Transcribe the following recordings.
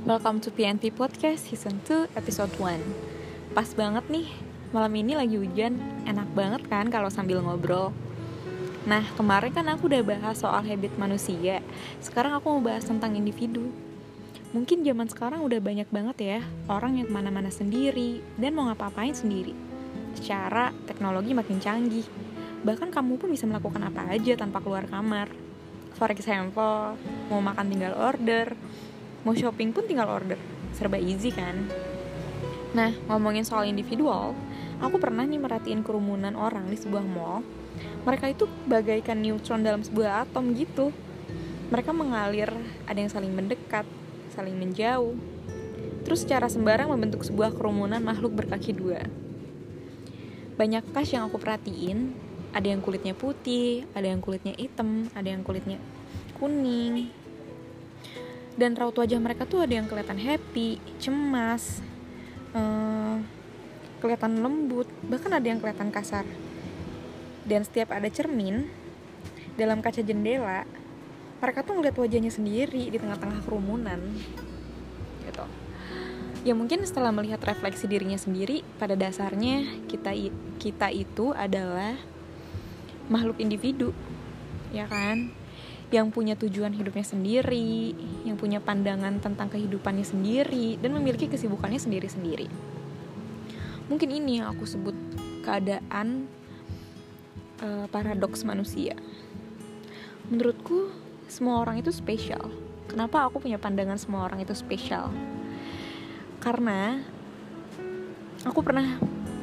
Welcome to PNP Podcast Season 2 Episode 1. Pas banget nih, malam ini lagi hujan. Enak banget kan kalau sambil ngobrol. Nah, kemarin kan aku udah bahas soal habit manusia. Sekarang aku mau bahas tentang individu. Mungkin zaman sekarang udah banyak banget ya orang yang kemana-mana sendiri dan mau ngapa-ngapain sendiri. Secara teknologi makin canggih. Bahkan kamu pun bisa melakukan apa aja tanpa keluar kamar. For example, mau makan tinggal order, mau shopping pun tinggal order. Serba easy kan? Nah, ngomongin soal individual, aku pernah nih merhatiin kerumunan orang di sebuah mall. Mereka itu bagaikan neutron dalam sebuah atom gitu. Mereka mengalir, ada yang saling mendekat, saling menjauh. Terus secara sembarang membentuk sebuah kerumunan makhluk berkaki dua. Banyak cast yang aku perhatiin, ada yang kulitnya putih, ada yang kulitnya hitam, ada yang kulitnya kuning. Dan raut wajah mereka tuh ada yang kelihatan happy, cemas, kelihatan lembut, bahkan ada yang kelihatan kasar. Dan setiap ada cermin dalam kaca jendela, mereka tuh ngeliat wajahnya sendiri di tengah-tengah kerumunan gitu. Ya mungkin setelah melihat refleksi dirinya sendiri, pada dasarnya kita itu adalah makhluk individu, ya kan? Yang punya tujuan hidupnya sendiri, yang punya pandangan tentang kehidupannya sendiri, dan memiliki kesibukannya sendiri-sendiri. Mungkin ini yang aku sebut keadaan paradoks manusia. Menurutku, semua orang itu spesial. Kenapa aku punya pandangan semua orang itu spesial? Karena aku pernah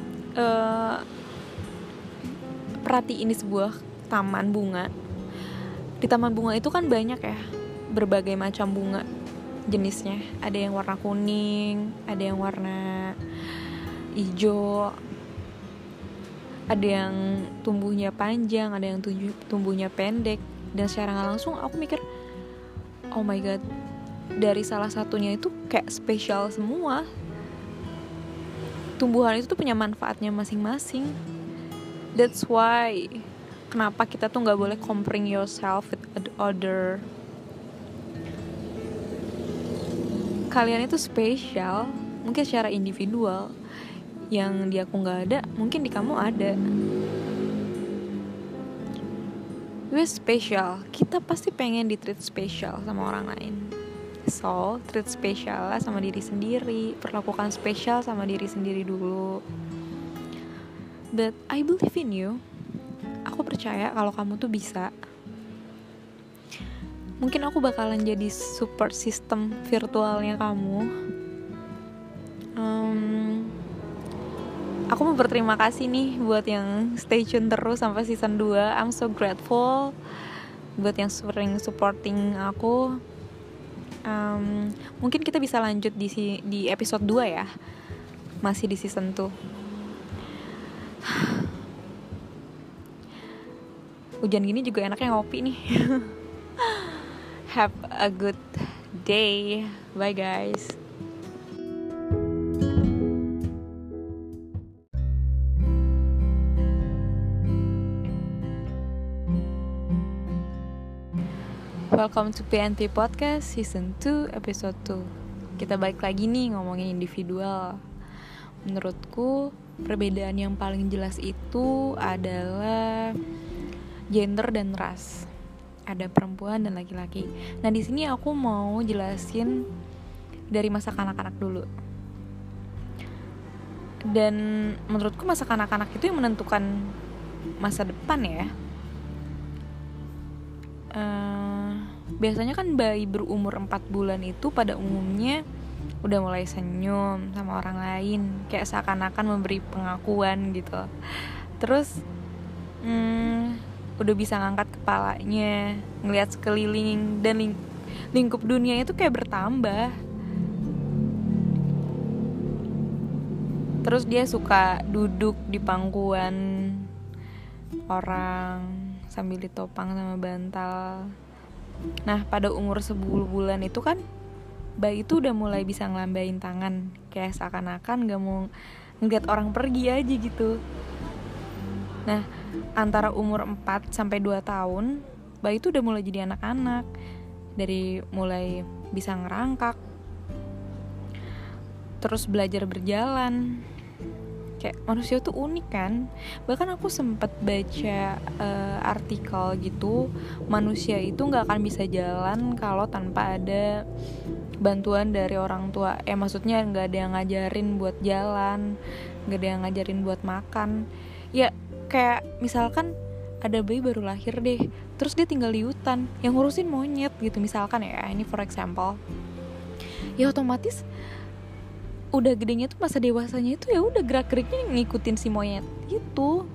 perhatiin di sebuah taman bunga. Di taman bunga itu kan banyak ya berbagai macam bunga jenisnya. Ada yang warna kuning, ada yang warna hijau, ada yang tumbuhnya panjang, ada yang tumbuhnya pendek. Dan secara gak langsung aku mikir, oh my god, dari salah satunya itu kayak spesial semua. Tumbuhan itu tuh punya manfaatnya masing-masing. That's why kenapa kita tuh gak boleh comparing yourself with other. Kalian itu spesial, mungkin secara individual. Yang di aku gak ada, mungkin di kamu ada. We're special. Kita pasti pengen di-treat special sama orang lain. So, treat special lah sama diri sendiri. Perlakukan special sama diri sendiri dulu. But I believe in you. Aku percaya kalau kamu tuh bisa. Mungkin aku bakalan jadi support system virtualnya kamu. Aku mau berterima kasih nih buat yang stay tune terus sampai season 2. I'm so grateful buat yang sering supporting aku. Mungkin kita bisa lanjut di episode 2 ya. Masih di season 2. Hujan gini juga enaknya ngopi nih. Have a good day. Bye guys. Welcome to PNP Podcast Season 2 Episode 2. Kita balik lagi nih ngomongin individual. Menurutku perbedaan yang paling jelas itu adalah gender dan ras. Ada perempuan dan laki-laki. Nah, di sini aku mau jelasin dari masa kanak-kanak dulu. Dan menurutku masa kanak-kanak itu yang menentukan masa depan ya. Biasanya kan bayi berumur 4 bulan itu pada umumnya udah mulai senyum sama orang lain, kayak seakan-akan memberi pengakuan gitu. Terus udah bisa ngangkat kepalanya, ngelihat sekeliling, dan lingkup dunia itu kayak bertambah. Terus dia suka duduk di pangkuan orang sambil ditopang sama bantal. Nah, pada umur 10 bulan itu kan bayi itu udah mulai bisa ngelambain tangan, kayak seakan-akan gak mau ngeliat orang pergi aja gitu. Nah, antara umur 4 sampai 2 tahun, bayi itu udah mulai jadi anak-anak. Dari mulai bisa ngerangkak, terus belajar berjalan. Kayak manusia tuh unik kan. Bahkan aku sempet baca artikel gitu, manusia itu gak akan bisa jalan kalau tanpa ada bantuan dari orang tua. Maksudnya gak ada yang ngajarin buat jalan, gak ada yang ngajarin buat makan. Ya kayak misalkan ada bayi baru lahir deh, terus dia tinggal di hutan, yang ngurusin monyet gitu misalkan ya, ini for example. Ya otomatis udah gedenya tuh, masa dewasanya itu ya udah gerak-geriknya ngikutin si monyet gitu,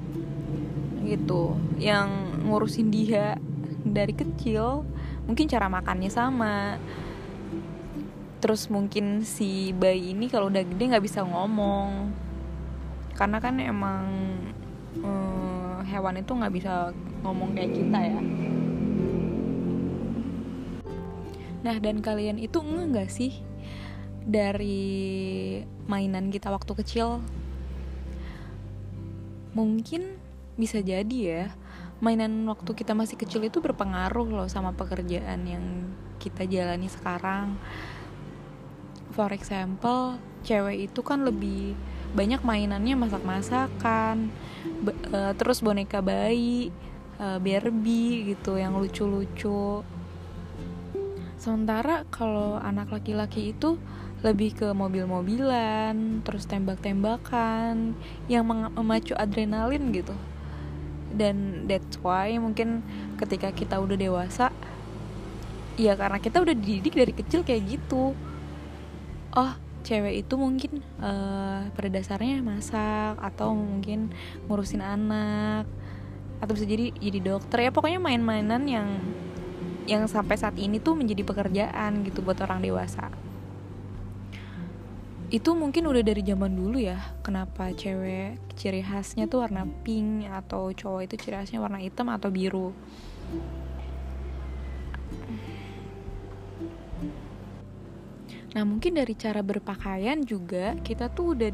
yang ngurusin dia dari kecil. Mungkin cara makannya sama, terus mungkin si bayi ini kalau udah gede nggak bisa ngomong, karena kan emang hewan itu nggak bisa ngomong kayak kita ya. Nah, dan kalian itu enggak sih dari mainan kita waktu kecil? Mungkin bisa jadi ya, mainan waktu kita masih kecil itu berpengaruh loh sama pekerjaan yang kita jalani sekarang. For example, cewek itu kan lebih banyak mainannya masak-masakan, terus boneka bayi, Barbie gitu yang lucu-lucu. Sementara kalau anak laki-laki itu lebih ke mobil-mobilan, terus tembak-tembakan yang memacu adrenalin gitu. Dan that's why mungkin ketika kita udah dewasa, ya karena kita udah dididik dari kecil kayak gitu. Oh, cewek itu mungkin pada dasarnya masak, atau mungkin ngurusin anak, atau bisa jadi dokter. Ya pokoknya main-mainan yang sampai saat ini tuh menjadi pekerjaan gitu buat orang dewasa. Itu mungkin udah dari zaman dulu ya. Kenapa cewek ciri khasnya tuh warna pink, atau cowok itu ciri khasnya warna hitam atau biru. Nah, mungkin dari cara berpakaian juga kita tuh udah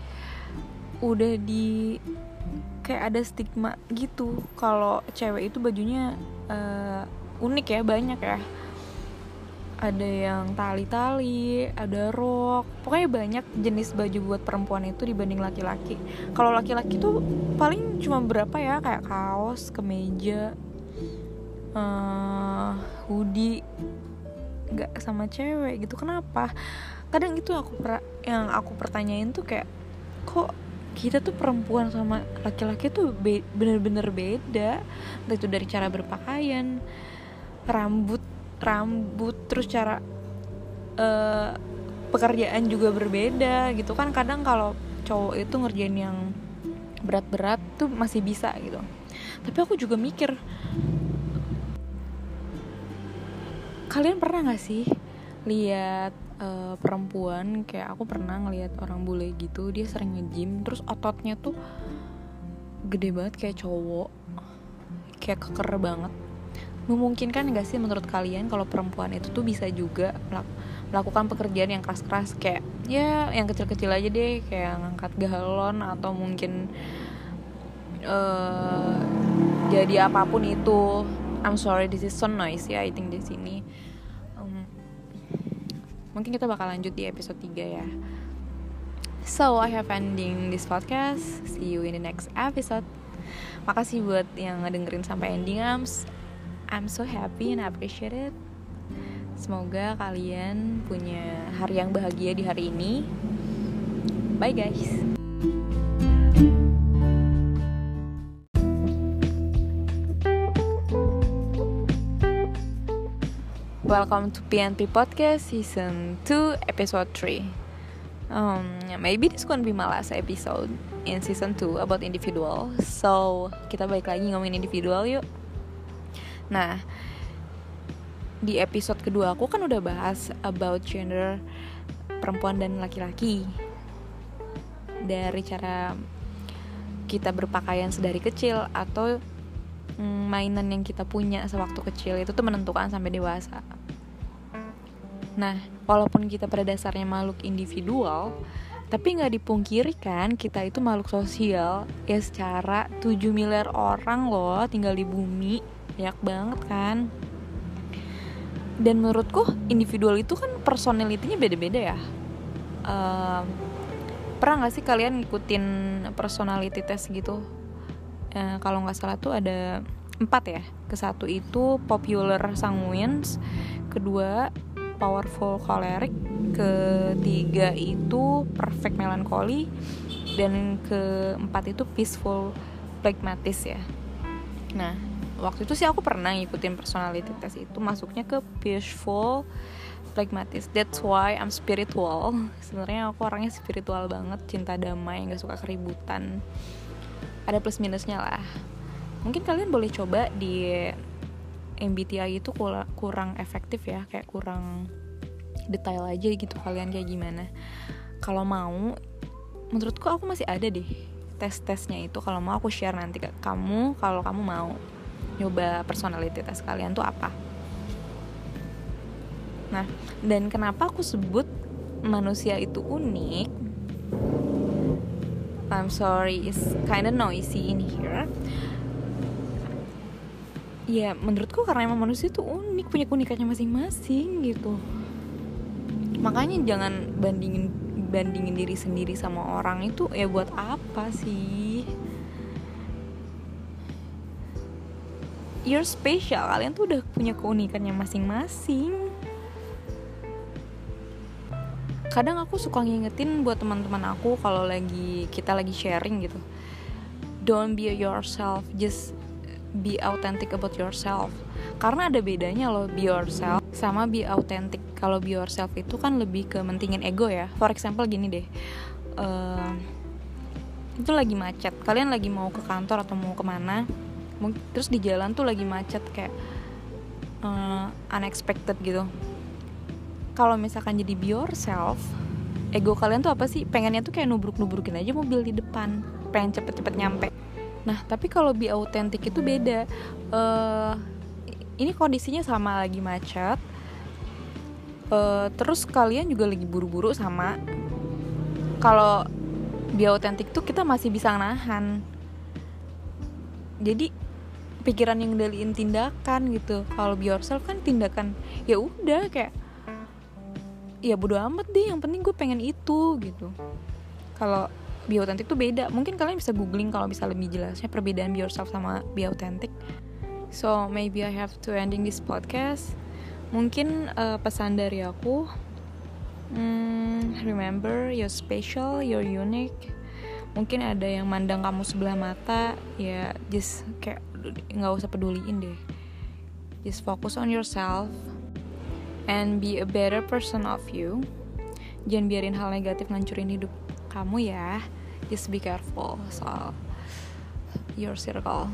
di kayak ada stigma gitu kalau cewek itu bajunya unik ya, banyak ya. Ada yang tali-tali, ada rok, pokoknya banyak jenis baju buat perempuan itu dibanding laki-laki. Kalau laki-laki tuh paling cuma berapa ya, kayak kaos, kemeja, hoodie, nggak sama cewek gitu. Kenapa? Kadang itu yang aku pertanyain tuh kayak, kok kita tuh perempuan sama laki-laki tuh bener-bener beda. Entah itu dari cara berpakaian, rambut, terus cara pekerjaan juga berbeda gitu kan. Kadang kalau cowok itu ngerjain yang berat-berat tuh masih bisa gitu. Tapi aku juga mikir, kalian pernah gak sih lihat perempuan, kayak aku pernah ngelihat orang bule gitu, dia sering nge-gym, terus ototnya tuh gede banget kayak cowok, kayak keker banget. Memungkinkan gak sih menurut kalian kalau perempuan itu tuh bisa juga melakukan pekerjaan yang keras-keras, kayak ya yang kecil-kecil aja deh, kayak ngangkat galon, atau mungkin jadi apapun itu. I'm sorry, this is so noisy I think di sini. Mungkin kita bakal lanjut di episode 3 ya. So I have ending this podcast. See you in the next episode. Makasih buat yang ngedengerin sampai ending. I'm so happy and appreciate it. Semoga kalian punya hari yang bahagia di hari ini. Bye guys. Welcome to PNP Podcast Season 2 Episode 3. Maybe this gonna be my last episode in Season 2 about individual. So, kita balik lagi ngomongin individual yuk. Nah, di episode kedua aku kan udah bahas about gender perempuan dan laki-laki. Dari cara kita berpakaian sedari kecil, atau mainan yang kita punya sewaktu kecil itu tuh menentukan sampai dewasa. Nah, walaupun kita pada dasarnya makhluk individual, tapi gak dipungkiri kan kita itu makhluk sosial. Ya secara 7 miliar orang loh tinggal di bumi, banyak banget kan. Dan menurutku individual itu kan personality-nya beda-beda ya. Pernah nggak sih kalian ngikutin personality test gitu? Kalau nggak salah tuh ada 4 ya. Ke-1 itu popular sanguines, kedua powerful choleric, ke-3 itu perfect melancholy, dan ke-4 itu peaceful phlegmatis ya. Nah, waktu itu sih aku pernah ngikutin personality test itu, masuknya ke peaceful phlegmatis. That's why I'm spiritual. Sebenarnya aku orangnya spiritual banget, cinta damai, nggak suka keributan. Ada plus minusnya lah. Mungkin kalian boleh coba di MBTI itu kurang efektif ya, kayak kurang detail aja gitu kalian kayak gimana. Kalau mau, menurutku aku masih ada deh tes-tesnya itu. Kalau mau aku share nanti ke kamu, kalau kamu mau nyoba personality test kalian tuh apa. Nah, dan kenapa aku sebut manusia itu unik? I'm sorry, it's kinda noisy in here. Ya, menurutku karena emang manusia itu unik, punya keunikannya masing-masing gitu. Makanya jangan bandingin diri sendiri sama orang itu, ya buat apa sih? You're special, kalian tuh udah punya keunikannya masing-masing. Kadang aku suka ngingetin buat teman-teman aku kalau kita lagi sharing gitu. Don't be yourself, just be authentic about yourself. Karena ada bedanya loh be yourself sama be authentic. Kalau be yourself itu kan lebih ke mentingin ego ya. For example gini deh, itu lagi macet, kalian lagi mau ke kantor atau mau kemana, terus di jalan tuh lagi macet kayak unexpected gitu. Kalau misalkan jadi be yourself, ego kalian tuh apa sih? Pengennya tuh kayak nubruk-nubrukin aja mobil di depan, pengen cepet-cepet nyampe. Nah, tapi kalau be authentic itu beda. Ini kondisinya sama, lagi macet, terus kalian juga lagi buru-buru sama. Kalau be authentic tuh kita masih bisa nahan. Jadi pikiran yang ngendaliin tindakan gitu. Kalau be yourself kan tindakan ya udah kayak ya bodo amat deh, yang penting gue pengen itu gitu. Kalau be authentic tuh beda. Mungkin kalian bisa googling kalau bisa lebih jelasnya perbedaan be yourself sama be authentic. So maybe I have to ending this podcast. Mungkin pesan dari aku, remember you're special, you're unique. Mungkin ada yang mandang kamu sebelah mata, ya just kayak nggak usah peduliin deh. Just focus on yourself and be a better person of you. Jangan biarin hal negatif ngancurin hidup kamu ya. Just be careful soal your circle.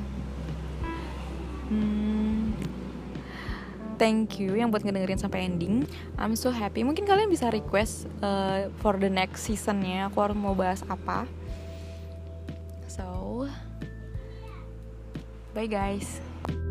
Thank you yang buat ngedengerin sampai ending. I'm so happy. Mungkin kalian bisa request for the next seasonnya aku harus mau bahas apa. So bye guys.